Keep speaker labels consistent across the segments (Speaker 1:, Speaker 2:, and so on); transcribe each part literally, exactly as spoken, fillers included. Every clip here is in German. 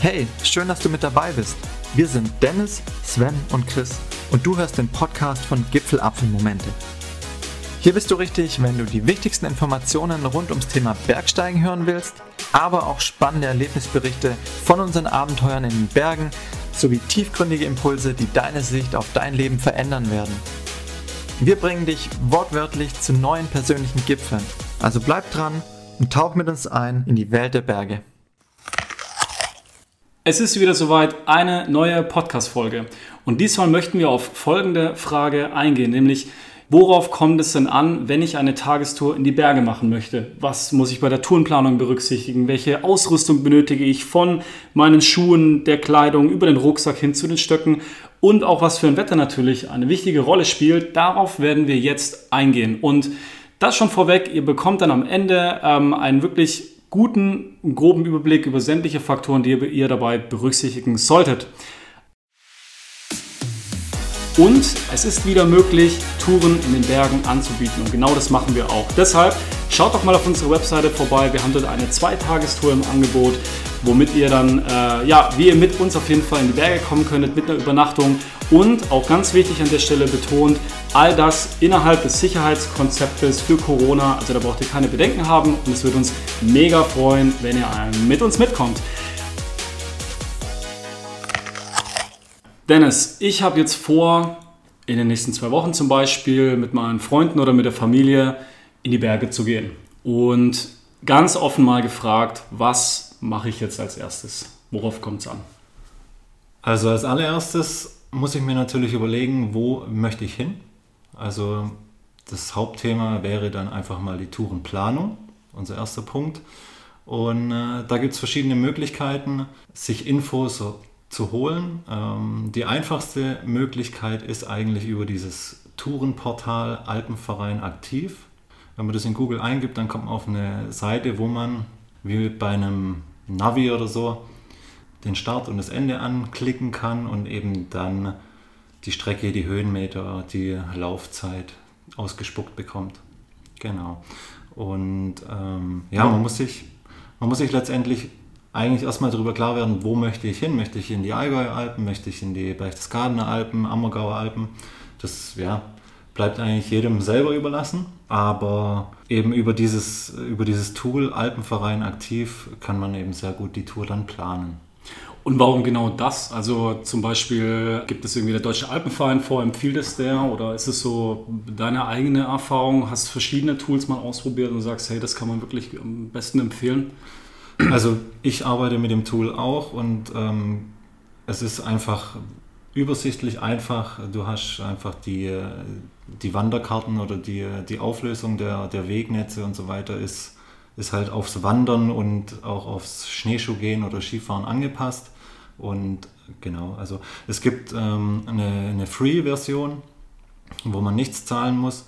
Speaker 1: Hey, schön, dass du mit dabei bist. Wir sind Dennis, Sven und Chris und du hörst den Podcast von Gipfelapfelmomente. Hier bist du richtig, wenn du die wichtigsten Informationen rund ums Thema Bergsteigen hören willst, aber auch spannende Erlebnisberichte von unseren Abenteuern in den Bergen sowie tiefgründige Impulse, die deine Sicht auf dein Leben verändern werden. Wir bringen dich wortwörtlich zu neuen persönlichen Gipfeln. Also bleib dran und tauch mit uns ein in die Welt der Berge.
Speaker 2: Es ist wieder soweit, eine neue Podcast-Folge. Und diesmal möchten wir auf folgende Frage eingehen, nämlich worauf kommt es denn an, wenn ich eine Tagestour in die Berge machen möchte? Was muss ich bei der Tourenplanung berücksichtigen? Welche Ausrüstung benötige ich von meinen Schuhen, der Kleidung, über den Rucksack hin zu den Stöcken? Und auch was für ein Wetter natürlich eine wichtige Rolle spielt, darauf werden wir jetzt eingehen. Und das schon vorweg, ihr bekommt dann am Ende ähm, einen wirklich guten, groben Überblick über sämtliche Faktoren, die ihr dabei berücksichtigen solltet. Und es ist wieder möglich, Touren in den Bergen anzubieten und genau das machen wir auch. Deshalb schaut doch mal auf unsere Webseite vorbei, wir haben dort eine Zweitagestour im Angebot, womit ihr dann, äh, ja, wie ihr mit uns auf jeden Fall in die Berge kommen könntet, mit einer Übernachtung und auch ganz wichtig an der Stelle betont, all das innerhalb des Sicherheitskonzeptes für Corona, also da braucht ihr keine Bedenken haben und es würde uns mega freuen, wenn ihr mit uns mitkommt. Dennis, ich habe jetzt vor, in den nächsten zwei Wochen zum Beispiel mit meinen Freunden oder mit der Familie in die Berge zu gehen. Und ganz offen mal gefragt, was mache ich jetzt als erstes? Worauf kommt es an?
Speaker 3: Also als allererstes muss ich mir natürlich überlegen, wo möchte ich hin? Also das Hauptthema wäre dann einfach mal die Tourenplanung, unser erster Punkt. Und äh, da gibt es verschiedene Möglichkeiten, sich Infos so zu holen. Ähm, die einfachste Möglichkeit ist eigentlich über dieses Tourenportal Alpenverein aktiv. Wenn man das in Google eingibt, dann kommt man auf eine Seite, wo man wie bei einem Navi oder so den Start und das Ende anklicken kann und eben dann die Strecke, die Höhenmeter, die Laufzeit ausgespuckt bekommt. Genau. Und ähm, ja, man muss sich, man muss sich letztendlich eigentlich erstmal darüber klar werden, wo möchte ich hin? Möchte ich in die Allgäuer Alpen? Möchte ich in die Berchtesgadener Alpen, Ammergauer Alpen? Das ja, bleibt eigentlich jedem selber überlassen. Aber eben über dieses, über dieses Tool Alpenverein aktiv kann man eben sehr gut die Tour dann planen.
Speaker 2: Und warum genau das? Also zum Beispiel, gibt es irgendwie der Deutsche Alpenverein vor, empfiehlt es der? Oder ist es so deine eigene Erfahrung? Hast du verschiedene Tools mal ausprobiert und sagst, hey, das kann man wirklich am besten empfehlen?
Speaker 3: Also ich arbeite mit dem Tool auch und ähm, es ist einfach übersichtlich einfach. Du hast einfach die, die Wanderkarten oder die, die Auflösung der, der Wegnetze und so weiter ist, ist halt aufs Wandern und auch aufs Schneeschuhgehen oder Skifahren angepasst. Und genau, also es gibt ähm, eine, eine Free-Version, wo man nichts zahlen muss.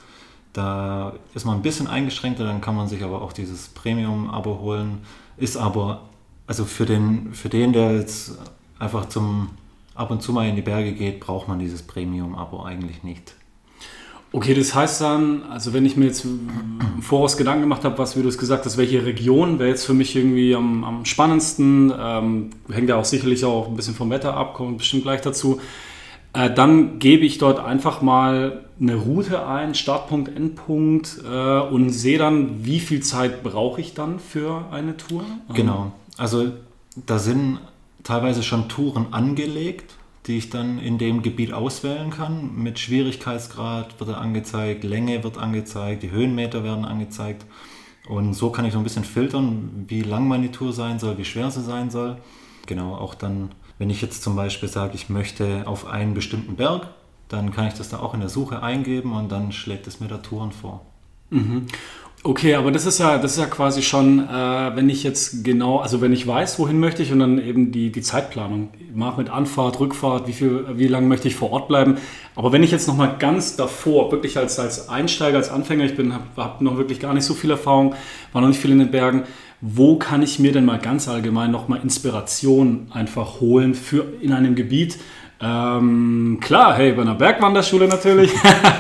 Speaker 3: Da ist man ein bisschen eingeschränkter, dann kann man sich aber auch dieses Premium-Abo holen. Ist aber, also für den, für den, der jetzt einfach zum ab und zu mal in die Berge geht, braucht man dieses Premium-Abo eigentlich nicht.
Speaker 2: Okay, das heißt dann, also wenn ich mir jetzt im Voraus Gedanken gemacht habe, was, wie du es gesagt hast, welche Region wäre jetzt für mich irgendwie am, am spannendsten, ähm, hängt ja auch sicherlich auch ein bisschen vom Wetter ab, kommt bestimmt gleich dazu, äh, dann gebe ich dort einfach mal eine Route ein, Startpunkt, Endpunkt äh, und sehe dann, wie viel Zeit brauche ich dann für eine Tour?
Speaker 3: Genau, also da sind teilweise schon Touren angelegt, die ich dann in dem Gebiet auswählen kann. Mit Schwierigkeitsgrad wird er angezeigt, Länge wird angezeigt, die Höhenmeter werden angezeigt. Und so kann ich so ein bisschen filtern, wie lang meine Tour sein soll, wie schwer sie sein soll. Genau, auch dann, wenn ich jetzt zum Beispiel sage, ich möchte auf einen bestimmten Berg, dann kann ich das da auch in der Suche eingeben und dann schlägt es mir da Touren vor.
Speaker 2: Mhm. Okay, aber das ist ja, das ist ja quasi schon, äh, wenn ich jetzt genau, also wenn ich weiß, wohin möchte ich und dann eben die, die Zeitplanung mache mit Anfahrt, Rückfahrt, wie viel, wie lange möchte ich vor Ort bleiben. Aber wenn ich jetzt nochmal ganz davor, wirklich als, als Einsteiger, als Anfänger, ich bin, habe hab noch wirklich gar nicht so viel Erfahrung, war noch nicht viel in den Bergen, wo kann ich mir denn mal ganz allgemein nochmal Inspiration einfach holen für in einem Gebiet? Ähm, klar, hey, bei einer Bergwanderschule natürlich,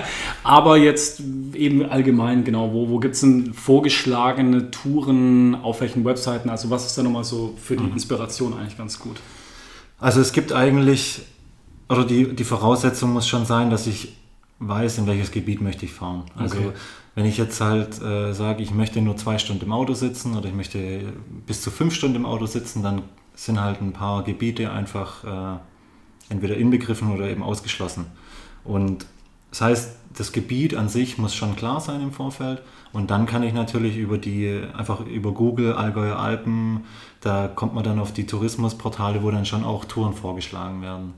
Speaker 2: Aber jetzt eben allgemein, genau, wo, wo gibt es denn vorgeschlagene Touren, auf welchen Webseiten? Also was ist da nochmal so für die Inspiration eigentlich ganz gut?
Speaker 3: Also es gibt eigentlich, oder die, die Voraussetzung muss schon sein, dass ich weiß, in welches Gebiet möchte ich fahren. Also
Speaker 2: Okay.
Speaker 3: wenn ich jetzt halt äh, sage, ich möchte nur zwei Stunden im Auto sitzen oder ich möchte bis zu fünf Stunden im Auto sitzen, dann sind halt ein paar Gebiete einfach äh, entweder inbegriffen oder eben ausgeschlossen. Und das heißt, das Gebiet an sich muss schon klar sein im Vorfeld und dann kann ich natürlich über die, einfach über Google, Allgäuer Alpen, da kommt man dann auf die Tourismusportale, wo dann schon auch Touren vorgeschlagen werden.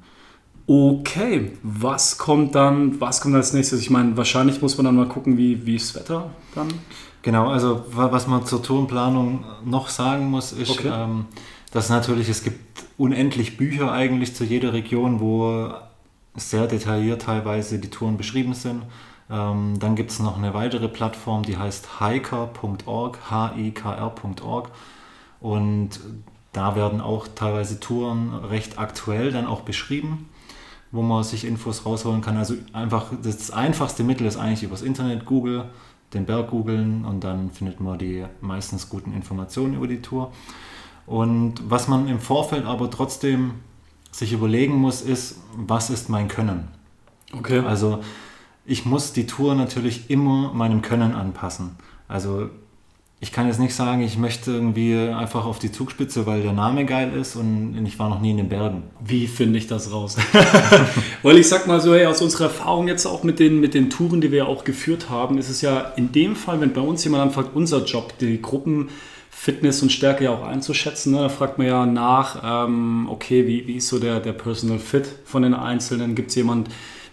Speaker 2: Okay, was kommt dann, was kommt als nächstes? Ich meine, wahrscheinlich muss man dann mal gucken, wie, wie ist das Wetter dann?
Speaker 3: Genau, also wa- was man zur Tourenplanung noch sagen muss, ist,
Speaker 2: Okay.
Speaker 3: ähm, dass natürlich, es gibt unendlich Bücher eigentlich zu jeder Region, wo sehr detailliert teilweise die Touren beschrieben sind. Ähm, dann gibt es noch eine weitere Plattform, die heißt hiker punkt org, H I K R punkt org und da werden auch teilweise Touren recht aktuell dann auch beschrieben, wo man sich Infos rausholen kann. Also einfach das einfachste Mittel ist eigentlich übers Internet, Google, den Berg googeln und dann findet man die meistens guten Informationen über die Tour. Und was man im Vorfeld aber trotzdem sich überlegen muss, ist, was ist mein Können?
Speaker 2: Okay.
Speaker 3: Also ich muss die Tour natürlich immer meinem Können anpassen. Also ich kann jetzt nicht sagen, ich möchte irgendwie einfach auf die Zugspitze, weil der Name geil ist und ich war noch nie in den Bergen.
Speaker 2: Wie finde ich das raus? Weil ich sag mal so, hey, aus unserer Erfahrung jetzt auch mit den, mit den Touren, die wir ja auch geführt haben, ist es ja in dem Fall, wenn bei uns jemand anfängt, unser Job, die Gruppenfitness und Stärke ja auch einzuschätzen, ne? Da fragt man ja nach, ähm, okay, wie, wie ist so der, der Personal Fit von den Einzelnen? Gibt es jemand,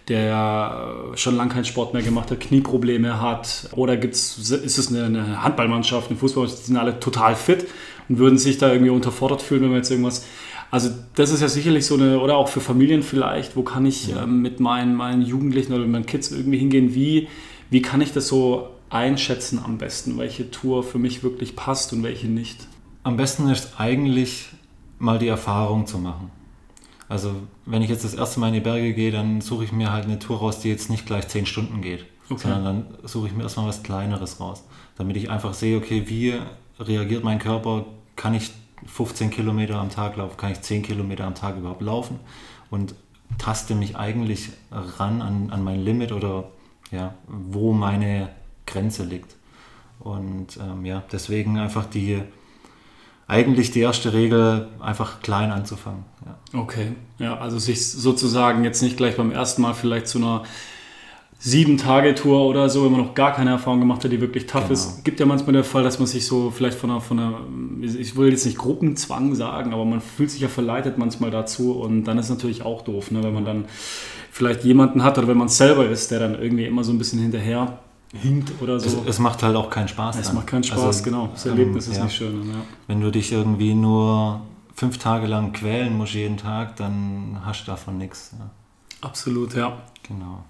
Speaker 2: der schon lange keinen Sport mehr gemacht hat, Knieprobleme hat, oder gibt's, ist es eine, eine Handballmannschaft, eine Fußballmannschaft, die sind alle total fit und würden sich da irgendwie unterfordert fühlen, wenn wir jetzt irgendwas, also das ist ja sicherlich so eine, oder auch für Familien vielleicht, wo kann ich
Speaker 3: Ja.
Speaker 2: ähm, mit meinen, meinen Jugendlichen oder mit meinen Kids irgendwie hingehen, wie, wie kann ich das so einschätzen am besten, welche Tour für mich wirklich passt und welche nicht?
Speaker 3: Am besten ist eigentlich mal die Erfahrung zu machen. Also wenn ich jetzt das erste Mal in die Berge gehe, dann suche ich mir halt eine Tour raus, die jetzt nicht gleich zehn Stunden geht,
Speaker 2: Okay.
Speaker 3: sondern dann suche ich mir erstmal was Kleineres raus, damit ich einfach sehe, okay, wie reagiert mein Körper, kann ich fünfzehn Kilometer am Tag laufen, kann ich zehn Kilometer am Tag überhaupt laufen und taste mich eigentlich ran an, an mein Limit oder ja, wo meine Grenze liegt. Und ähm, ja, deswegen einfach die eigentlich die erste Regel, einfach klein anzufangen. Ja.
Speaker 2: Okay, ja, also sich sozusagen jetzt nicht gleich beim ersten Mal vielleicht zu einer Sieben-Tage-Tour oder so, wenn man noch gar keine Erfahrung gemacht hat, die wirklich tough
Speaker 3: Genau.
Speaker 2: ist. Gibt ja manchmal der Fall, dass man sich so vielleicht von einer, von einer, ich will jetzt nicht Gruppenzwang sagen, aber man fühlt sich ja verleitet manchmal dazu und dann ist es natürlich auch doof, ne, wenn man dann vielleicht jemanden hat oder wenn man es selber ist, der dann irgendwie immer so ein bisschen hinterher hinkt oder so.
Speaker 3: Es, es macht halt auch keinen Spaß.
Speaker 2: Es
Speaker 3: dann.
Speaker 2: macht keinen Spaß,
Speaker 3: Also,
Speaker 2: genau. Das
Speaker 3: ähm,
Speaker 2: Erlebnis ist
Speaker 3: ja.
Speaker 2: nicht schön. Ja.
Speaker 3: Wenn du dich irgendwie nur fünf Tage lang quälen musst jeden Tag, dann hast du davon nichts. Ja.
Speaker 2: Absolut, ja.
Speaker 3: Genau.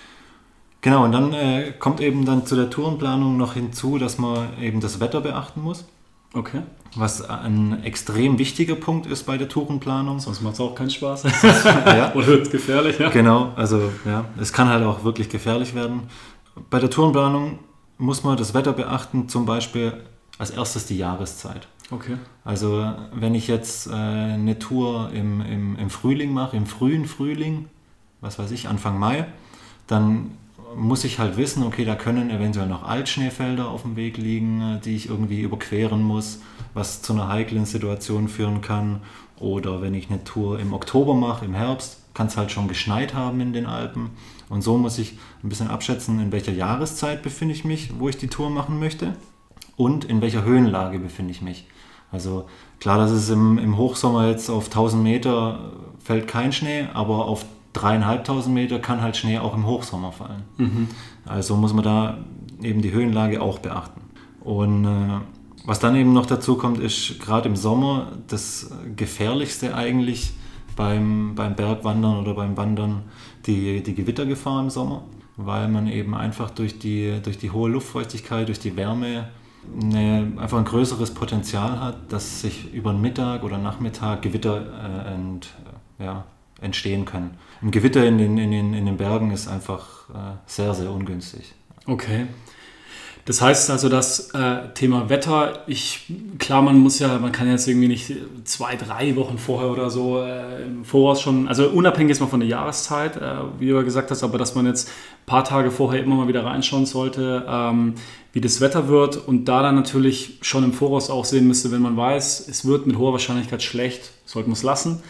Speaker 3: Genau, und dann äh, kommt eben dann zu der Tourenplanung noch hinzu, dass man eben das Wetter beachten muss,
Speaker 2: Okay,
Speaker 3: was ein extrem wichtiger Punkt ist bei der Tourenplanung.
Speaker 2: sonst macht es auch keinen Spaß.
Speaker 3: Ja.
Speaker 2: Oder wird es gefährlich, ja?
Speaker 3: Genau, also ja, es kann halt auch wirklich gefährlich werden. Bei der Tourenplanung muss man das Wetter beachten, zum Beispiel als erstes die Jahreszeit.
Speaker 2: Okay.
Speaker 3: Also wenn ich jetzt äh, eine Tour im, im, im Frühling mache, im frühen Frühling, was weiß ich, Anfang Mai, dann muss ich halt wissen, okay, da können eventuell noch Altschneefelder auf dem Weg liegen, die ich irgendwie überqueren muss, was zu einer heiklen Situation führen kann. Oder wenn ich eine Tour im Oktober mache, im Herbst, kann es halt schon geschneit haben in den Alpen. Und so muss ich ein bisschen abschätzen, in welcher Jahreszeit befinde ich mich, wo ich die Tour machen möchte und in welcher Höhenlage befinde ich mich. Also klar, dass es im, im Hochsommer jetzt auf tausend Meter fällt kein Schnee, aber auf dreieinhalbtausend Meter kann halt Schnee auch im Hochsommer fallen.
Speaker 2: Mhm.
Speaker 3: Also muss man da eben die Höhenlage auch beachten. Und äh, was dann eben noch dazu kommt, ist gerade im Sommer das Gefährlichste eigentlich beim, beim Bergwandern oder beim Wandern die, die Gewittergefahr im Sommer, weil man eben einfach durch die, durch die hohe Luftfeuchtigkeit, durch die Wärme eine, einfach ein größeres Potenzial hat, dass sich über den Mittag oder Nachmittag Gewitter äh, ent, äh, ja, entstehen können. Ein Gewitter in den, in den, in den Bergen ist einfach äh, sehr, sehr ungünstig.
Speaker 2: Okay. Das heißt also, das äh, Thema Wetter, ich, klar, man muss ja, man kann jetzt irgendwie nicht zwei, drei Wochen vorher oder so äh, im Voraus schon, also unabhängig ist mal von der Jahreszeit, äh, wie du ja gesagt hast, aber dass man jetzt ein paar Tage vorher immer mal wieder reinschauen sollte, ähm, wie das Wetter wird und da dann natürlich schon im Voraus auch sehen müsste, wenn man weiß, es wird mit hoher Wahrscheinlichkeit schlecht, sollte man es lassen.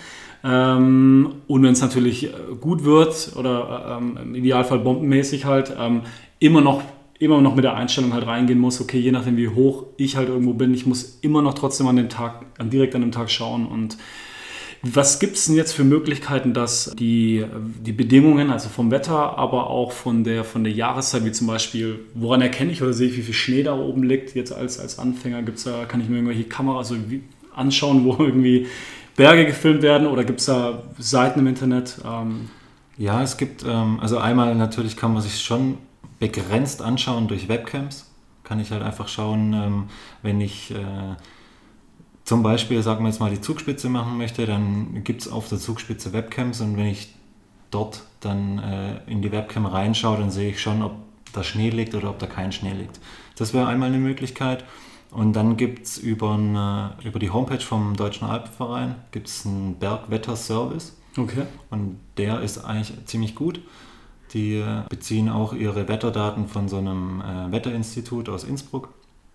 Speaker 2: Ähm, und wenn es natürlich gut wird oder ähm, im Idealfall bombenmäßig halt, ähm, immer noch immer noch mit der Einstellung halt reingehen muss, okay, je nachdem wie hoch ich halt irgendwo bin, ich muss immer noch trotzdem an dem Tag, direkt an dem Tag schauen. Und was gibt es denn jetzt für Möglichkeiten, dass die, die Bedingungen, also vom Wetter, aber auch von der, von der Jahreszeit, wie zum Beispiel, woran erkenne ich oder sehe ich, wie viel Schnee da oben liegt, jetzt als, als Anfänger, gibt's da, kann ich mir irgendwelche Kameras also anschauen, wo irgendwie Berge gefilmt werden oder gibt es da Seiten im Internet? Ähm
Speaker 3: ja, es gibt, ähm, also einmal natürlich kann man sich schon begrenzt anschauen durch Webcams. Kann ich halt einfach schauen, ähm, wenn ich äh, zum Beispiel, sagen wir jetzt mal, die Zugspitze machen möchte, dann gibt es auf der Zugspitze Webcams und wenn ich dort dann äh, in die Webcam reinschaue, dann sehe ich schon, ob da Schnee liegt oder ob da kein Schnee liegt. Das wäre einmal eine Möglichkeit. Und dann gibt es über, äh, über die Homepage vom Deutschen Alpenverein gibt's einen Bergwetterservice.
Speaker 2: Okay.
Speaker 3: Und der ist eigentlich ziemlich gut. Die beziehen auch ihre Wetterdaten von so einem äh, Wetterinstitut aus Innsbruck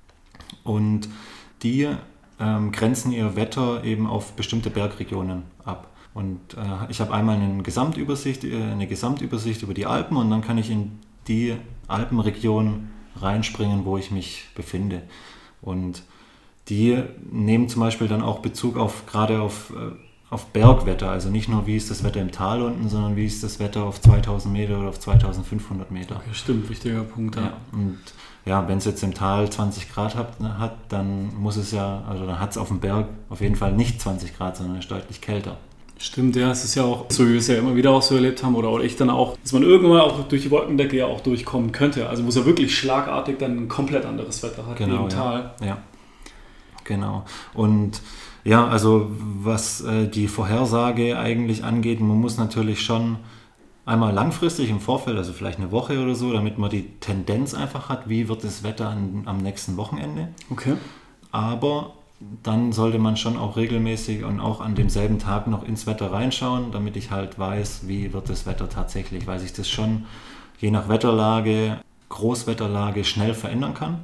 Speaker 3: und die ähm, grenzen ihr Wetter eben auf bestimmte Bergregionen ab. Und äh, ich habe einmal eine Gesamtübersicht, äh, eine Gesamtübersicht über die Alpen und dann kann ich in die Alpenregion reinspringen, wo ich mich befinde. Und die nehmen zum Beispiel dann auch Bezug auf gerade auf äh, auf Bergwetter, also nicht nur wie ist das Wetter im Tal unten, sondern wie ist das Wetter auf zweitausend Meter oder auf zweitausendfünfhundert Meter.
Speaker 2: Okay, stimmt, wichtiger Punkt. Ja.
Speaker 3: Ja, und ja, wenn es jetzt im Tal zwanzig Grad hat, hat, dann muss es ja, also dann hat es auf dem Berg auf jeden Fall nicht zwanzig Grad, sondern ist deutlich kälter.
Speaker 2: Stimmt, ja, es ist ja auch, so wie wir es ja immer wieder auch so erlebt haben oder, oder ich dann auch, dass man irgendwann auch durch die Wolkendecke ja auch durchkommen könnte, also wo es ja wirklich schlagartig dann ein komplett anderes Wetter hat,
Speaker 3: genau,
Speaker 2: wie im Tal.
Speaker 3: Ja, ja, genau. Und ja, also was äh, die Vorhersage eigentlich angeht, man muss natürlich schon einmal langfristig im Vorfeld, also vielleicht eine Woche oder so, damit man die Tendenz einfach hat, wie wird das Wetter an, am nächsten Wochenende.
Speaker 2: Okay.
Speaker 3: Aber dann sollte man schon auch regelmäßig und auch an demselben Tag noch ins Wetter reinschauen, damit ich halt weiß, wie wird das Wetter tatsächlich, weil sich das schon je nach Wetterlage, Großwetterlage schnell verändern kann.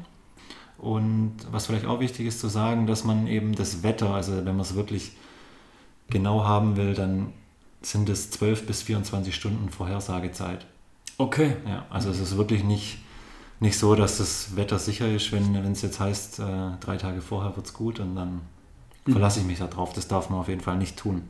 Speaker 3: Und was vielleicht auch wichtig ist zu sagen, dass man eben das Wetter, also wenn man es wirklich genau haben will, dann sind es zwölf bis vierundzwanzig Stunden Vorhersagezeit.
Speaker 2: Okay.
Speaker 3: Ja, also es ist wirklich nicht, nicht so, dass das Wetter sicher ist, wenn es jetzt heißt, äh, drei Tage vorher wird es gut und dann mhm. verlasse ich mich da drauf. Das darf man auf jeden Fall nicht tun.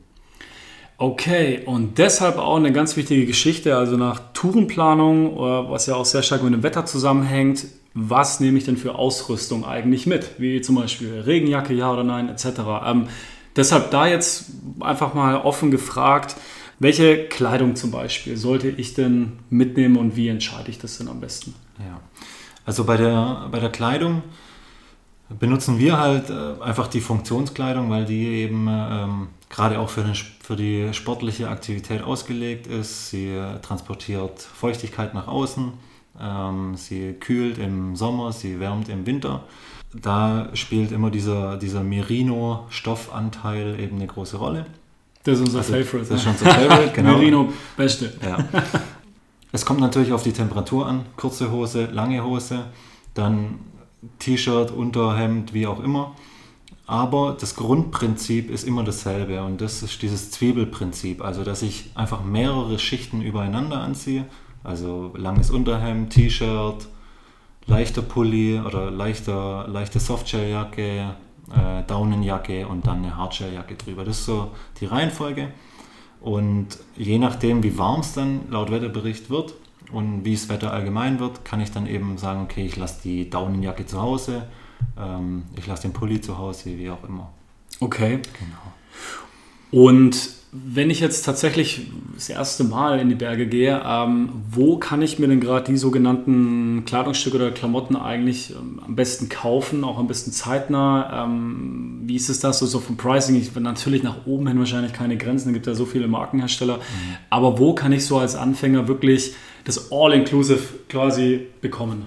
Speaker 2: Okay, und deshalb auch eine ganz wichtige Geschichte, also nach Tourenplanung, was ja auch sehr stark mit dem Wetter zusammenhängt, was nehme ich denn für Ausrüstung eigentlich mit? Wie zum Beispiel Regenjacke, ja oder nein, et cetera. Ähm, deshalb da jetzt einfach mal offen gefragt, welche Kleidung zum Beispiel sollte ich denn mitnehmen und wie entscheide ich das denn am besten?
Speaker 3: Ja, also bei der, bei der Kleidung benutzen wir halt äh, einfach die Funktionskleidung, weil die eben ähm, gerade auch für, den, für die sportliche Aktivität ausgelegt ist. Sie äh, transportiert Feuchtigkeit nach außen, ähm, sie kühlt im Sommer, sie wärmt im Winter. Da spielt immer dieser, dieser Merino-Stoffanteil eben eine große Rolle.
Speaker 2: Das ist unser
Speaker 3: also,
Speaker 2: Favorite.
Speaker 3: Das ist schon unser Favorite, genau.
Speaker 2: Merino, beste.
Speaker 3: Ja. Es kommt natürlich auf die Temperatur an. Kurze Hose, lange Hose, dann T-Shirt, Unterhemd, wie auch immer. Aber das Grundprinzip ist immer dasselbe und das ist dieses Zwiebelprinzip. Also, dass ich einfach mehrere Schichten übereinander anziehe. Also langes Unterhemd, T-Shirt, leichter Pulli oder leichter, leichte Softshelljacke, äh, Daunenjacke und dann eine Hardshelljacke drüber. Das ist so die Reihenfolge. Und je nachdem, wie warm es dann laut Wetterbericht wird und wie das Wetter allgemein wird, kann ich dann eben sagen, okay, ich lasse die Daunenjacke zu Hause, ähm, ich lasse den Pulli zu Hause, wie auch immer.
Speaker 2: Okay.
Speaker 3: Genau.
Speaker 2: Und wenn ich jetzt tatsächlich das erste Mal in die Berge gehe, ähm, wo kann ich mir denn gerade die sogenannten Kleidungsstücke oder Klamotten eigentlich ähm, am besten kaufen, auch am besten zeitnah? Ähm, wie ist es das so, so vom Pricing? Ich will natürlich nach oben hin wahrscheinlich keine Grenzen, es gibt ja so viele Markenhersteller. Mhm. Aber wo kann ich so als Anfänger wirklich das All-Inclusive quasi bekommen?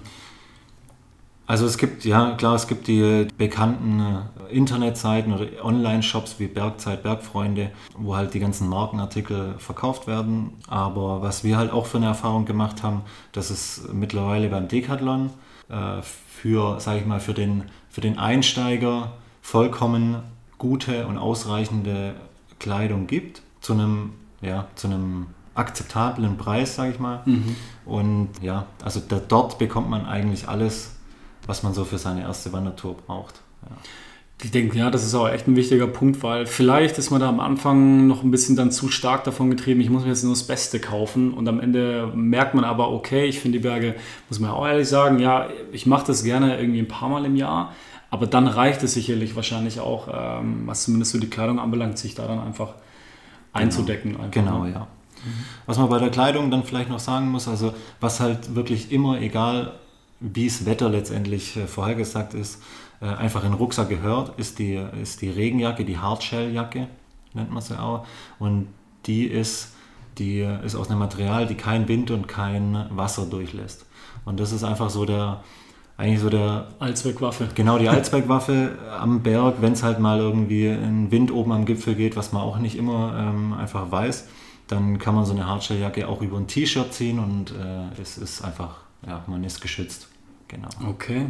Speaker 3: Also es gibt, ja klar, es gibt die bekannten Internetseiten oder Online-Shops wie Bergzeit, Bergfreunde, wo halt die ganzen Markenartikel verkauft werden. Aber was wir halt auch für eine Erfahrung gemacht haben, dass es mittlerweile beim Decathlon äh, für, sage ich mal, für den, für den Einsteiger vollkommen gute und ausreichende Kleidung gibt, zu einem, ja, zu einem akzeptablen Preis, sage ich mal. Mhm. Und ja, also da, dort bekommt man eigentlich alles, was man so für seine erste Wandertour braucht. Ja.
Speaker 2: Ich denke, ja, das ist auch echt ein wichtiger Punkt, weil vielleicht ist man da am Anfang noch ein bisschen dann zu stark davon getrieben, ich muss mir jetzt nur das Beste kaufen und am Ende merkt man aber, okay, ich finde die Berge, muss man auch ehrlich sagen, ja, ich mache das gerne irgendwie ein paar Mal im Jahr, aber dann reicht es sicherlich wahrscheinlich auch, ähm, was zumindest so die Kleidung anbelangt, sich da dann einfach einzudecken.
Speaker 3: Genau,
Speaker 2: einfach,
Speaker 3: genau
Speaker 2: ne?
Speaker 3: ja. Mhm. Was man bei der Kleidung dann vielleicht noch sagen muss, also was halt wirklich immer, egal wie das Wetter letztendlich äh, vorhergesagt ist, äh, einfach in den Rucksack gehört, ist die, ist die Regenjacke, die Hardshelljacke, nennt man sie auch. Und die ist, die ist aus einem Material, die kein Wind und kein Wasser durchlässt. Und das ist einfach so der, eigentlich so der...
Speaker 2: Allzweckwaffe.
Speaker 3: Genau, die Allzweckwaffe am Berg, wenn es halt mal irgendwie ein Wind oben am Gipfel geht, was man auch nicht immer ähm, einfach weiß, dann kann man so eine Hardshelljacke auch über ein T-Shirt ziehen und äh, es ist einfach, ja, man ist geschützt. Genau.
Speaker 2: Okay.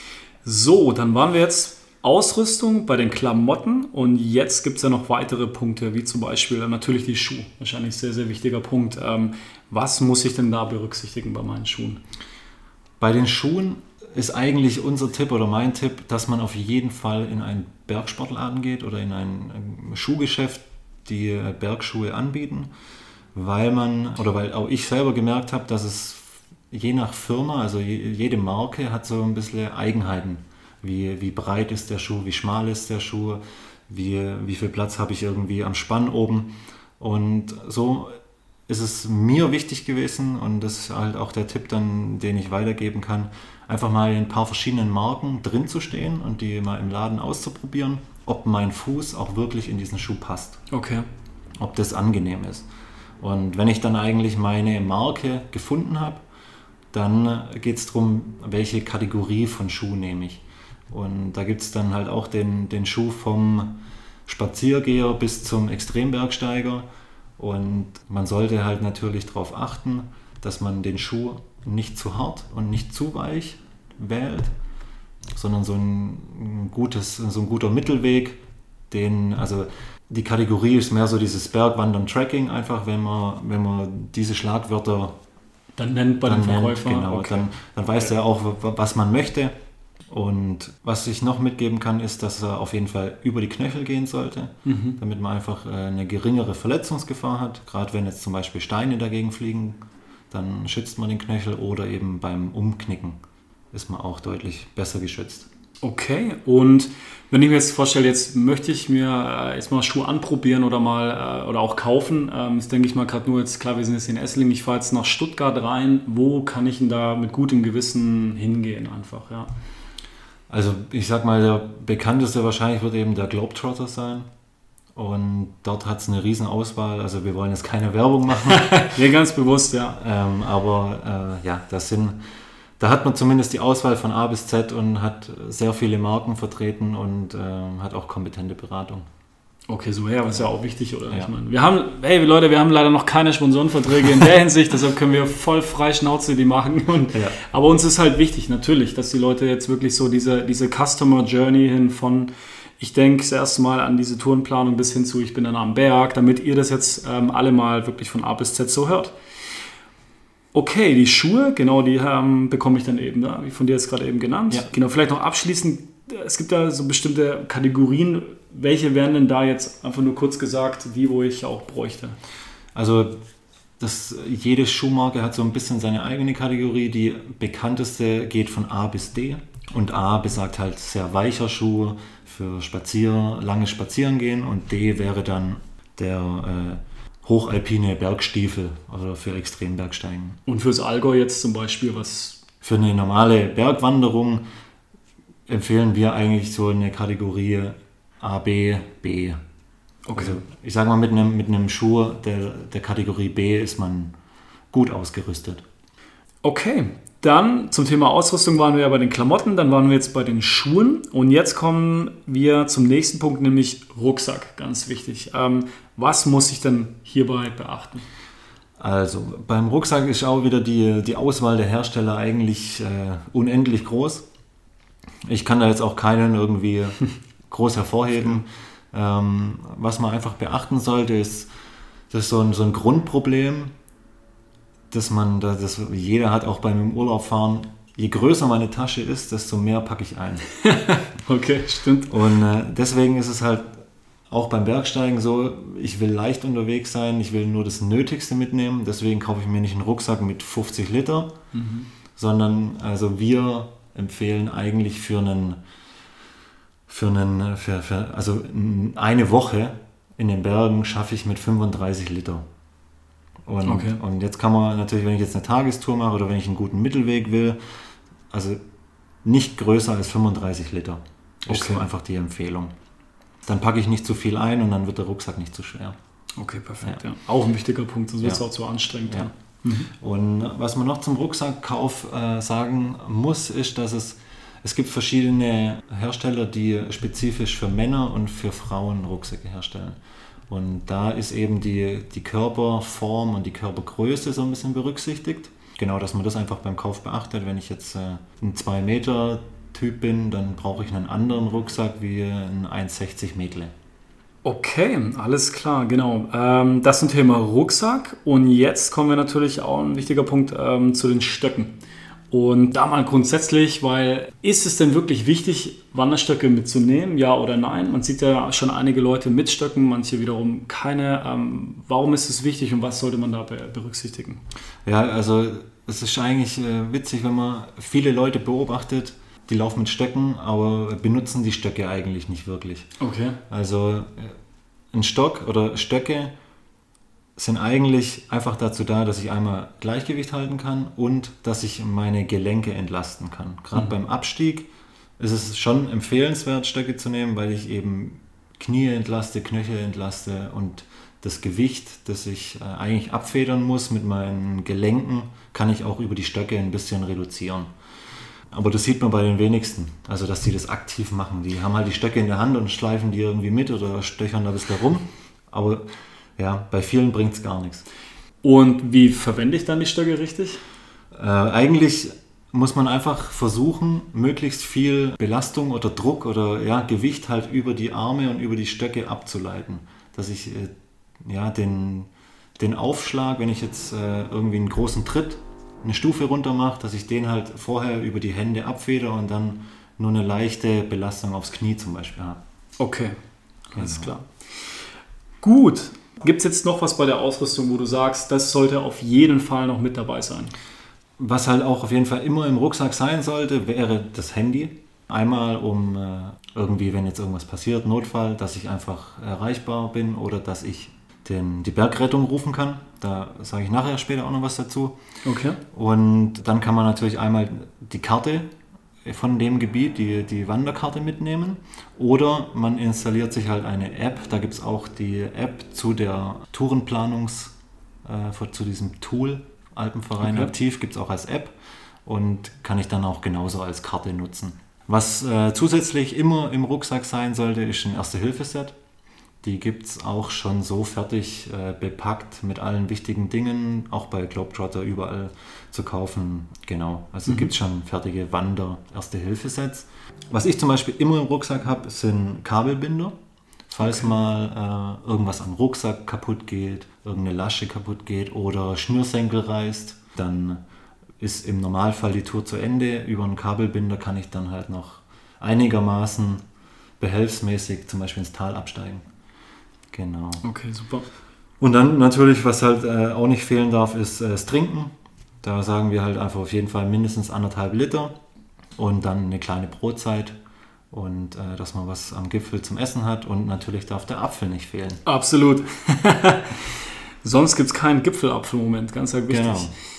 Speaker 2: So, dann waren wir jetzt Ausrüstung bei den Klamotten und jetzt gibt es ja noch weitere Punkte, wie zum Beispiel natürlich die Schuhe. Wahrscheinlich sehr, sehr wichtiger Punkt. Ähm, was muss ich denn da berücksichtigen bei meinen Schuhen?
Speaker 3: Bei den Schuhen ist eigentlich unser Tipp oder mein Tipp, dass man auf jeden Fall in einen Bergsportladen geht oder in ein Schuhgeschäft, die Bergschuhe anbieten, weil man, oder weil auch ich selber gemerkt habe, dass es je nach Firma, also jede Marke hat so ein bisschen Eigenheiten. Wie, wie breit ist der Schuh, wie schmal ist der Schuh, wie, wie viel Platz habe ich irgendwie am Spann oben. Und so ist es mir wichtig gewesen und das ist halt auch der Tipp dann, den ich weitergeben kann, einfach mal in ein paar verschiedenen Marken drin zu stehen und die mal im Laden auszuprobieren, ob mein Fuß auch wirklich in diesen Schuh passt.
Speaker 2: Okay.
Speaker 3: Ob das angenehm ist. Und wenn ich dann eigentlich meine Marke gefunden habe, dann geht es darum, welche Kategorie von Schuh nehme ich. Und da gibt es dann halt auch den, den Schuh vom Spaziergeher bis zum Extrembergsteiger. Und man sollte halt natürlich darauf achten, dass man den Schuh nicht zu hart und nicht zu weich wählt, sondern so ein, gutes, so ein guter Mittelweg. Den, also die Kategorie ist mehr so dieses Bergwandern, Trekking, einfach wenn man, wenn man diese Schlagwörter
Speaker 2: Dann nennt bei den Verkäufer.
Speaker 3: Genau, okay. dann, dann weiß okay. er auch, was man möchte. Und was ich noch mitgeben kann, ist, dass er auf jeden Fall über die Knöchel gehen sollte, mhm. damit man einfach eine geringere Verletzungsgefahr hat. Gerade wenn jetzt zum Beispiel Steine dagegen fliegen, dann schützt man den Knöchel oder eben beim Umknicken ist man auch deutlich besser geschützt.
Speaker 2: Okay, und wenn ich mir jetzt vorstelle, jetzt möchte ich mir jetzt mal Schuhe anprobieren oder mal oder auch kaufen, das denke ich mal gerade nur jetzt, klar, wir sind jetzt in Esslingen, ich fahre jetzt nach Stuttgart rein, wo kann ich denn da mit gutem Gewissen hingehen einfach, ja?
Speaker 3: Also ich sag mal, der bekannteste wahrscheinlich wird eben der Globetrotter sein und dort hat es eine riesen Auswahl, also wir wollen jetzt keine Werbung machen.
Speaker 2: Ja, ganz bewusst, ja.
Speaker 3: Ähm, aber äh, ja, das sind... Da hat man zumindest die Auswahl von A bis Z und hat sehr viele Marken vertreten und äh, hat auch kompetente Beratung.
Speaker 2: Okay, so ja, was ist ja auch wichtig, oder? Ja. Ich meine, wir haben, hey Leute, wir haben leider noch keine Sponsorenverträge in der Hinsicht, deshalb können wir voll frei Schnauze die machen. Und, ja. Aber uns ist halt wichtig, natürlich, dass die Leute jetzt wirklich so diese, diese Customer Journey hin von, ich denke das erste Mal an diese Tourenplanung bis hin zu, ich bin dann am Berg, damit ihr das jetzt ähm, alle mal wirklich von A bis Z so hört. Okay, die Schuhe, genau, die ähm, bekomme ich dann eben, ne? Wie von dir jetzt gerade eben genannt. Ja. Genau, vielleicht noch abschließend, es gibt da so bestimmte Kategorien, welche wären denn da jetzt einfach nur kurz gesagt, die, wo ich auch bräuchte?
Speaker 3: Also das, jede Schuhmarke hat so ein bisschen seine eigene Kategorie, die bekannteste geht von A bis D und A besagt halt sehr weicher Schuh für Spazier, lange Spazieren gehen und D wäre dann der äh, hochalpine Bergstiefel oder für Extrembergsteigen.
Speaker 2: Und fürs Allgäu jetzt zum Beispiel was?
Speaker 3: Für eine normale Bergwanderung empfehlen wir eigentlich so eine Kategorie A, B, B.
Speaker 2: Okay.
Speaker 3: Also ich sage mal, mit einem, mit einem Schuh der, der Kategorie B ist man gut ausgerüstet.
Speaker 2: Okay, dann zum Thema Ausrüstung waren wir ja bei den Klamotten, dann waren wir jetzt bei den Schuhen und jetzt kommen wir zum nächsten Punkt, nämlich Rucksack, ganz wichtig. Ähm, was muss ich denn hierbei beachten?
Speaker 3: Also beim Rucksack ist auch wieder die, die Auswahl der Hersteller eigentlich äh, unendlich groß. Ich kann da jetzt auch keinen irgendwie groß hervorheben. Ähm, was man einfach beachten sollte, ist, das ist so ein, so ein Grundproblem, dass man, das jeder hat, auch beim Urlaub fahren. Je größer meine Tasche ist, desto mehr packe ich ein.
Speaker 2: Okay, stimmt.
Speaker 3: Und äh, deswegen ist es halt auch beim Bergsteigen so, ich will leicht unterwegs sein, ich will nur das Nötigste mitnehmen, deswegen kaufe ich mir nicht einen Rucksack mit fünfzig Liter, mhm. sondern also wir empfehlen eigentlich für einen, für einen, für, für, also eine Woche in den Bergen schaffe ich mit fünfunddreißig Liter. Und,
Speaker 2: okay.
Speaker 3: und jetzt kann man natürlich, wenn ich jetzt eine Tagestour mache oder wenn ich einen guten Mittelweg will, also nicht größer als fünfunddreißig Liter. Ist
Speaker 2: okay.
Speaker 3: so einfach die Empfehlung. Dann packe ich nicht zu viel ein und dann wird der Rucksack nicht zu schwer.
Speaker 2: Okay, perfekt.
Speaker 3: Ja.
Speaker 2: Ja. Auch ein wichtiger Punkt, sonst wird es
Speaker 3: ja.
Speaker 2: auch zu anstrengend.
Speaker 3: Ja.
Speaker 2: Ja. Mhm.
Speaker 3: Und was man noch zum Rucksackkauf äh, sagen muss, ist, dass es, es gibt verschiedene Hersteller, die spezifisch für Männer und für Frauen Rucksäcke herstellen. Und da ist eben die, die Körperform und die Körpergröße so ein bisschen berücksichtigt. Genau, dass man das einfach beim Kauf beachtet. Wenn ich jetzt äh, ein zwei Meter Typ bin, dann brauche ich einen anderen Rucksack wie ein eins Komma sechzig Mädle.
Speaker 2: Okay, alles klar, genau. Ähm, das zum Thema Rucksack. Und jetzt kommen wir natürlich auch ein wichtiger Punkt ähm, zu den Stöcken. Und da mal grundsätzlich, weil ist es denn wirklich wichtig, Wanderstöcke mitzunehmen, ja oder nein? Man sieht ja schon einige Leute mit Stöcken, manche wiederum keine. Ähm, warum ist es wichtig und was sollte man da be- berücksichtigen?
Speaker 3: Ja, also es ist eigentlich äh, witzig, wenn man viele Leute beobachtet, die laufen mit Stöcken, aber benutzen die Stöcke eigentlich nicht wirklich.
Speaker 2: Okay.
Speaker 3: Also äh, ein Stock oder Stöcke sind eigentlich einfach dazu da, dass ich einmal Gleichgewicht halten kann und dass ich meine Gelenke entlasten kann. Gerade mhm. beim Abstieg ist es schon empfehlenswert, Stöcke zu nehmen, weil ich eben Knie entlaste, Knöchel entlaste und das Gewicht, das ich äh, eigentlich abfedern muss mit meinen Gelenken, kann ich auch über die Stöcke ein bisschen reduzieren. Aber das sieht man bei den wenigsten, also dass die das aktiv machen. Die haben halt die Stöcke in der Hand und schleifen die irgendwie mit oder stöchern da ein bisschen rum. Aber ja, bei vielen bringt es gar nichts.
Speaker 2: Und wie verwende ich dann die Stöcke richtig?
Speaker 3: Äh, eigentlich muss man einfach versuchen, möglichst viel Belastung oder Druck oder ja, Gewicht halt über die Arme und über die Stöcke abzuleiten. Dass ich äh, ja, den, den Aufschlag, wenn ich jetzt äh, irgendwie einen großen Tritt, eine Stufe runter mache, dass ich den halt vorher über die Hände abfeder und dann nur eine leichte Belastung aufs Knie zum Beispiel habe.
Speaker 2: Okay, alles
Speaker 3: Genau.
Speaker 2: klar. Gut. Gibt es jetzt noch was bei der Ausrüstung, wo du sagst, das sollte auf jeden Fall noch mit dabei sein?
Speaker 3: Was halt auch auf jeden Fall immer im Rucksack sein sollte, wäre das Handy. Einmal um äh, irgendwie, wenn jetzt irgendwas passiert, Notfall, dass ich einfach erreichbar bin oder dass ich den, die Bergrettung rufen kann. Da sage ich nachher später auch noch was dazu.
Speaker 2: Okay.
Speaker 3: Und dann kann man natürlich einmal die Karte von dem Gebiet, die, die Wanderkarte mitnehmen. Oder man installiert sich halt eine App. Da gibt es auch die App zu der Tourenplanungs, äh, zu diesem Tool Alpenverein
Speaker 2: okay.
Speaker 3: aktiv, gibt es auch als App und kann ich dann auch genauso als Karte nutzen. Was äh, zusätzlich immer im Rucksack sein sollte, ist ein Erste-Hilfe-Set. Die gibt es auch schon so fertig äh, bepackt mit allen wichtigen Dingen, auch bei Globetrotter überall zu kaufen. Genau, also mhm. gibt es schon fertige Wander-Erste-Hilfe-Sets. Was ich zum Beispiel immer im Rucksack habe, sind Kabelbinder. Falls okay. mal äh, irgendwas am Rucksack kaputt geht, irgendeine Lasche kaputt geht oder Schnürsenkel reißt, dann ist im Normalfall die Tour zu Ende. Über einen Kabelbinder kann ich dann halt noch einigermaßen behelfsmäßig zum Beispiel ins Tal absteigen. Genau.
Speaker 2: Okay, super.
Speaker 3: Und dann natürlich, was halt äh, auch nicht fehlen darf, ist äh, das Trinken. Da sagen wir halt einfach auf jeden Fall mindestens anderthalb Liter und dann eine kleine Brotzeit. und äh, dass man was am Gipfel zum Essen hat und natürlich darf der Apfel nicht fehlen.
Speaker 2: Absolut. Sonst gibt es keinen Gipfelapfel-Moment, ganz wichtig.
Speaker 3: Genau.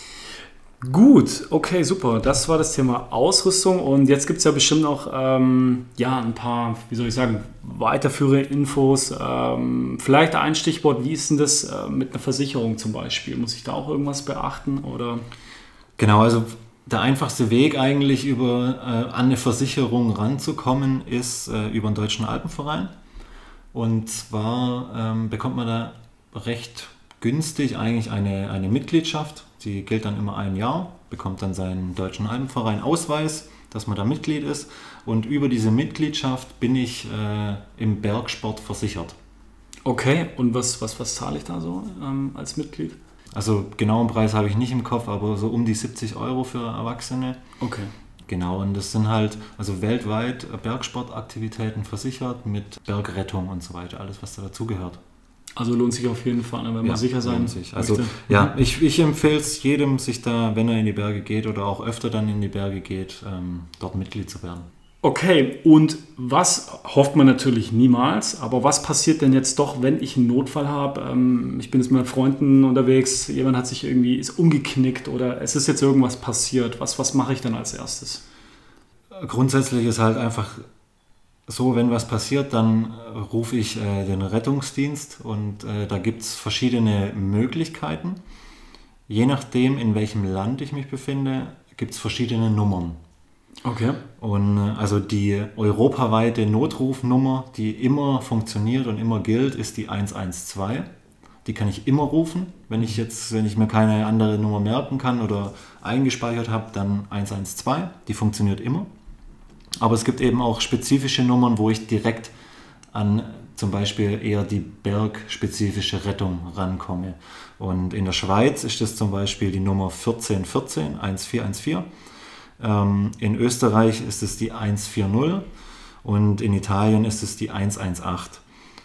Speaker 2: Gut, okay, super. Das war das Thema Ausrüstung und jetzt gibt es ja bestimmt auch ähm, ja, ein paar, wie soll ich sagen, weiterführende Infos. Ähm, vielleicht ein Stichwort, wie ist denn das äh, mit einer Versicherung zum Beispiel? Muss ich da auch irgendwas beachten? Oder?
Speaker 3: Genau, also der einfachste Weg eigentlich über äh, an eine Versicherung ranzukommen ist äh, über den Deutschen Alpenverein. Und zwar ähm, bekommt man da recht günstig eigentlich eine, eine Mitgliedschaft. Die gilt dann immer ein Jahr, bekommt dann seinen Deutschen Alpenverein Ausweis, dass man da Mitglied ist. Und über diese Mitgliedschaft bin ich äh, im Bergsport versichert.
Speaker 2: Okay, und was, was, was zahle ich da so ähm, als Mitglied?
Speaker 3: Also genauen Preis habe ich nicht im Kopf, aber so um die siebzig Euro für Erwachsene.
Speaker 2: Okay.
Speaker 3: Genau, und das sind halt also weltweit Bergsportaktivitäten versichert mit Bergrettung und so weiter, alles was da dazugehört.
Speaker 2: Also lohnt sich auf jeden Fall, wenn man
Speaker 3: ja,
Speaker 2: sicher sein
Speaker 3: sich. Also
Speaker 2: möchte.
Speaker 3: ja, ich, ich empfehle es jedem, sich da, wenn er in die Berge geht oder auch öfter dann in die Berge geht, ähm, dort Mitglied zu werden.
Speaker 2: Okay, und was hofft man natürlich niemals, aber was passiert denn jetzt doch, wenn ich einen Notfall habe? Ähm, ich bin jetzt mit Freunden unterwegs, jemand hat sich irgendwie, ist umgeknickt oder es ist jetzt irgendwas passiert. Was, was mache ich dann als erstes?
Speaker 3: Grundsätzlich ist halt einfach so, wenn was passiert, dann äh, rufe ich äh, den Rettungsdienst und äh, da gibt es verschiedene Möglichkeiten. Je nachdem, in welchem Land ich mich befinde, gibt es verschiedene Nummern.
Speaker 2: Okay.
Speaker 3: Und äh, also die europaweite Notrufnummer, die immer funktioniert und immer gilt, ist die eins eins zwei. Die kann ich immer rufen. Wenn ich jetzt, wenn ich mir keine andere Nummer merken kann oder eingespeichert habe, dann eins eins zwei. Die funktioniert immer. Aber es gibt eben auch spezifische Nummern, wo ich direkt an zum Beispiel eher die bergspezifische Rettung rankomme. Und in der Schweiz ist das zum Beispiel die Nummer vierzehn vierzehn, eins vier eins vier. Ähm, in Österreich ist es die eins vier null und in Italien ist es die eins eins acht.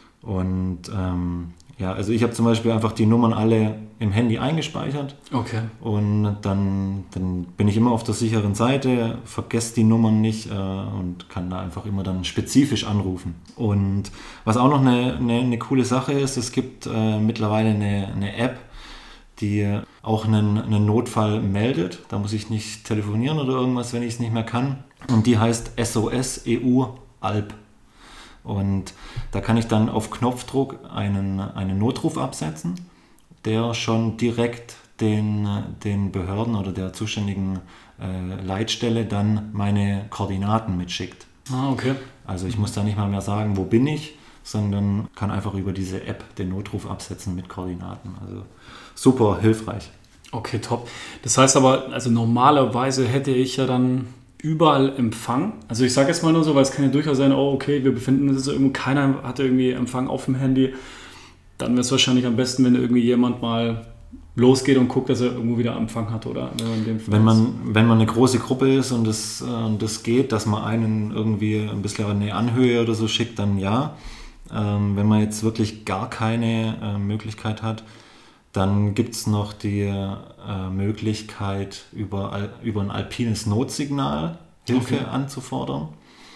Speaker 3: Und ähm, ja, also ich habe zum Beispiel einfach die Nummern alle im Handy eingespeichert.
Speaker 2: Okay.
Speaker 3: Und dann, dann bin ich immer auf der sicheren Seite, vergesse die Nummern nicht äh, und kann da einfach immer dann spezifisch anrufen. Und was auch noch eine, eine, eine coole Sache ist, es gibt äh, mittlerweile eine, eine App, die auch einen, einen Notfall meldet. Da muss ich nicht telefonieren oder irgendwas, wenn ich es nicht mehr kann. Und die heißt S O S E U Alp. Und da kann ich dann auf Knopfdruck einen, einen Notruf absetzen, der schon direkt den, den Behörden oder der zuständigen äh, Leitstelle dann meine Koordinaten mitschickt.
Speaker 2: Ah, okay.
Speaker 3: Also ich muss da nicht mal mehr sagen, wo bin ich, sondern kann einfach über diese App den Notruf absetzen mit Koordinaten. Also super hilfreich.
Speaker 2: Okay, top. Das heißt aber, also normalerweise hätte ich ja dann überall Empfang. Also ich sage jetzt mal nur so, weil es kann ja durchaus sein, oh okay, wir befinden uns irgendwo, keiner hatte irgendwie Empfang auf dem Handy. Dann wäre es wahrscheinlich am besten, wenn irgendwie jemand mal losgeht und guckt, dass er irgendwo wieder Empfang hat, oder? Wenn man, dem
Speaker 3: wenn man, wenn man eine große Gruppe ist und das, und das geht, dass man einen irgendwie ein bisschen eine Anhöhe oder so schickt, dann ja. Ähm, wenn man jetzt wirklich gar keine äh, Möglichkeit hat, dann gibt es noch die äh, Möglichkeit, über, über ein alpines Notsignal Hilfe okay. anzufordern.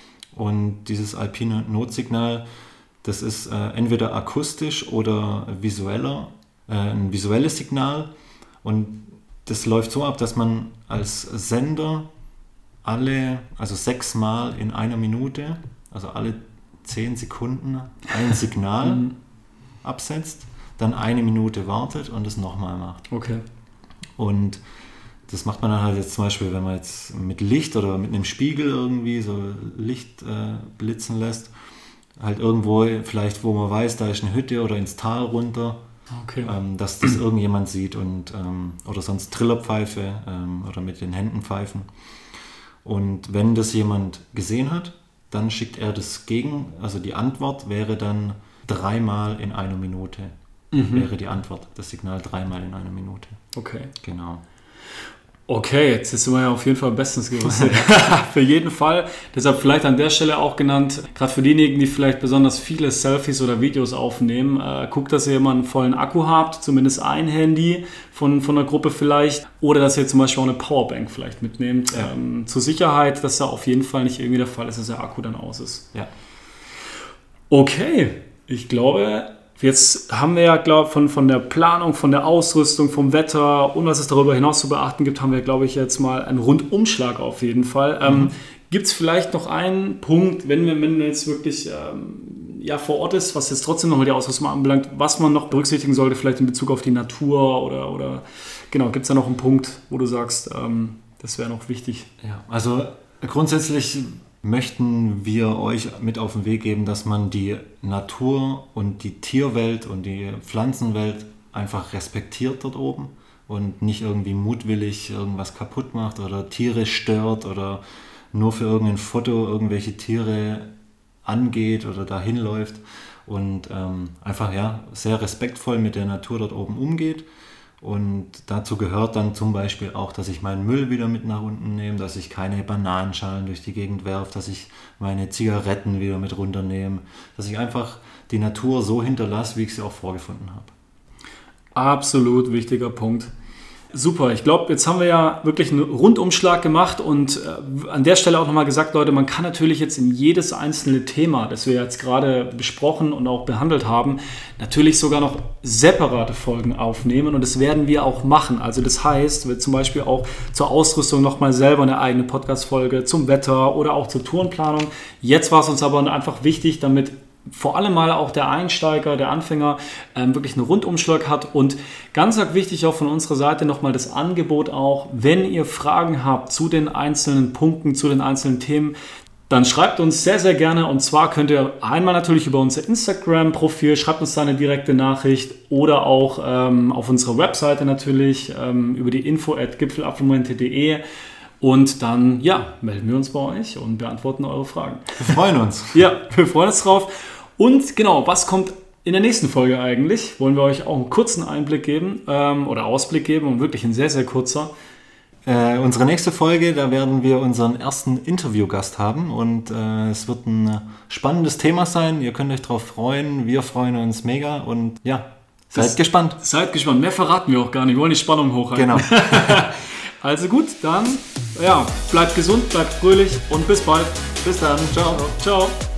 Speaker 3: Und dieses alpine Notsignal, das ist äh, entweder akustisch oder visueller, äh, ein visuelles Signal. Und das läuft so ab, dass man als Sender alle, also sechsmal in einer Minute, also alle zehn Sekunden ein Signal absetzt, dann eine Minute wartet und es nochmal macht.
Speaker 2: Okay.
Speaker 3: Und das macht man dann halt jetzt zum Beispiel, wenn man jetzt mit Licht oder mit einem Spiegel irgendwie so Licht äh, blitzen lässt, halt irgendwo vielleicht, wo man weiß, da ist eine Hütte oder ins Tal runter,
Speaker 2: okay.
Speaker 3: ähm, dass das irgendjemand sieht und ähm, oder sonst Trillerpfeife ähm, oder mit den Händen pfeifen. Und wenn das jemand gesehen hat, dann schickt er das gegen, also die Antwort wäre dann dreimal in einer Minute. Mhm. Wäre die Antwort, das Signal dreimal in einer Minute.
Speaker 2: Okay.
Speaker 3: Genau.
Speaker 2: Okay, jetzt sind wir ja auf jeden Fall bestens gerüstet. Für jeden Fall. Deshalb vielleicht an der Stelle auch genannt, gerade für diejenigen, die vielleicht besonders viele Selfies oder Videos aufnehmen, äh, guckt, dass ihr immer einen vollen Akku habt, zumindest ein Handy von, von der Gruppe vielleicht, oder dass ihr zum Beispiel auch eine Powerbank vielleicht mitnehmt. Ja. Ähm, zur Sicherheit, dass da auf jeden Fall nicht irgendwie der Fall ist, dass der Akku dann aus ist.
Speaker 3: Ja.
Speaker 2: Okay, ich glaube... Jetzt haben wir ja, glaube ich, von, von der Planung, von der Ausrüstung, vom Wetter und was es darüber hinaus zu beachten gibt, haben wir, glaube ich, jetzt mal einen Rundumschlag auf jeden Fall. Mhm. Ähm, gibt es vielleicht noch einen Punkt, wenn wir, wenn wir jetzt wirklich ähm, ja, vor Ort ist, was jetzt trotzdem nochmal die Ausrüstung anbelangt, was man noch berücksichtigen sollte, vielleicht in Bezug auf die Natur oder, oder genau, gibt es da noch einen Punkt, wo du sagst, ähm, das wäre noch wichtig?
Speaker 3: Ja, also grundsätzlich möchten wir euch mit auf den Weg geben, dass man die Natur und die Tierwelt und die Pflanzenwelt einfach respektiert dort oben und nicht irgendwie mutwillig irgendwas kaputt macht oder Tiere stört oder nur für irgendein Foto irgendwelche Tiere angeht oder dahin läuft und ähm, einfach ja sehr respektvoll mit der Natur dort oben umgeht. Und dazu gehört dann zum Beispiel auch, dass ich meinen Müll wieder mit nach unten nehme, dass ich keine Bananenschalen durch die Gegend werfe, dass ich meine Zigaretten wieder mit runternehme, dass ich einfach die Natur so hinterlasse, wie ich sie auch vorgefunden habe.
Speaker 2: Absolut wichtiger Punkt. Super, ich glaube, jetzt haben wir ja wirklich einen Rundumschlag gemacht und äh, an der Stelle auch nochmal gesagt, Leute, man kann natürlich jetzt in jedes einzelne Thema, das wir jetzt gerade besprochen und auch behandelt haben, natürlich sogar noch separate Folgen aufnehmen und das werden wir auch machen. Also das heißt, wir zum Beispiel auch zur Ausrüstung nochmal selber eine eigene Podcast-Folge zum Wetter oder auch zur Tourenplanung. Jetzt war es uns aber einfach wichtig, damit vor allem mal auch der Einsteiger, der Anfänger ähm, wirklich einen Rundumschlag hat und ganz wichtig auch von unserer Seite nochmal das Angebot auch, wenn ihr Fragen habt zu den einzelnen Punkten, zu den einzelnen Themen, dann schreibt uns sehr, sehr gerne und zwar könnt ihr einmal natürlich über unser Instagram-Profil, schreibt uns da eine direkte Nachricht oder auch ähm, auf unserer Webseite natürlich ähm, über die info at gipfelapfelmomente punkt de. Und dann, ja, melden wir uns bei euch und beantworten eure Fragen.
Speaker 3: Wir freuen uns.
Speaker 2: Ja, wir freuen uns drauf. Und genau, was kommt in der nächsten Folge eigentlich? Wollen wir euch auch einen kurzen Einblick geben ähm, oder Ausblick geben und wirklich ein sehr, sehr kurzer.
Speaker 3: Äh, unsere nächste Folge, da werden wir unseren ersten Interviewgast haben und äh, es wird ein spannendes Thema sein. Ihr könnt euch darauf freuen. Wir freuen uns mega und ja, seid das, gespannt.
Speaker 2: Seid gespannt. Mehr verraten wir auch gar nicht. Wir wollen die Spannung hochhalten.
Speaker 3: Genau.
Speaker 2: Also gut, dann ja, bleibt gesund, bleibt fröhlich und bis bald.
Speaker 3: Bis dann. Ciao.
Speaker 2: Ciao.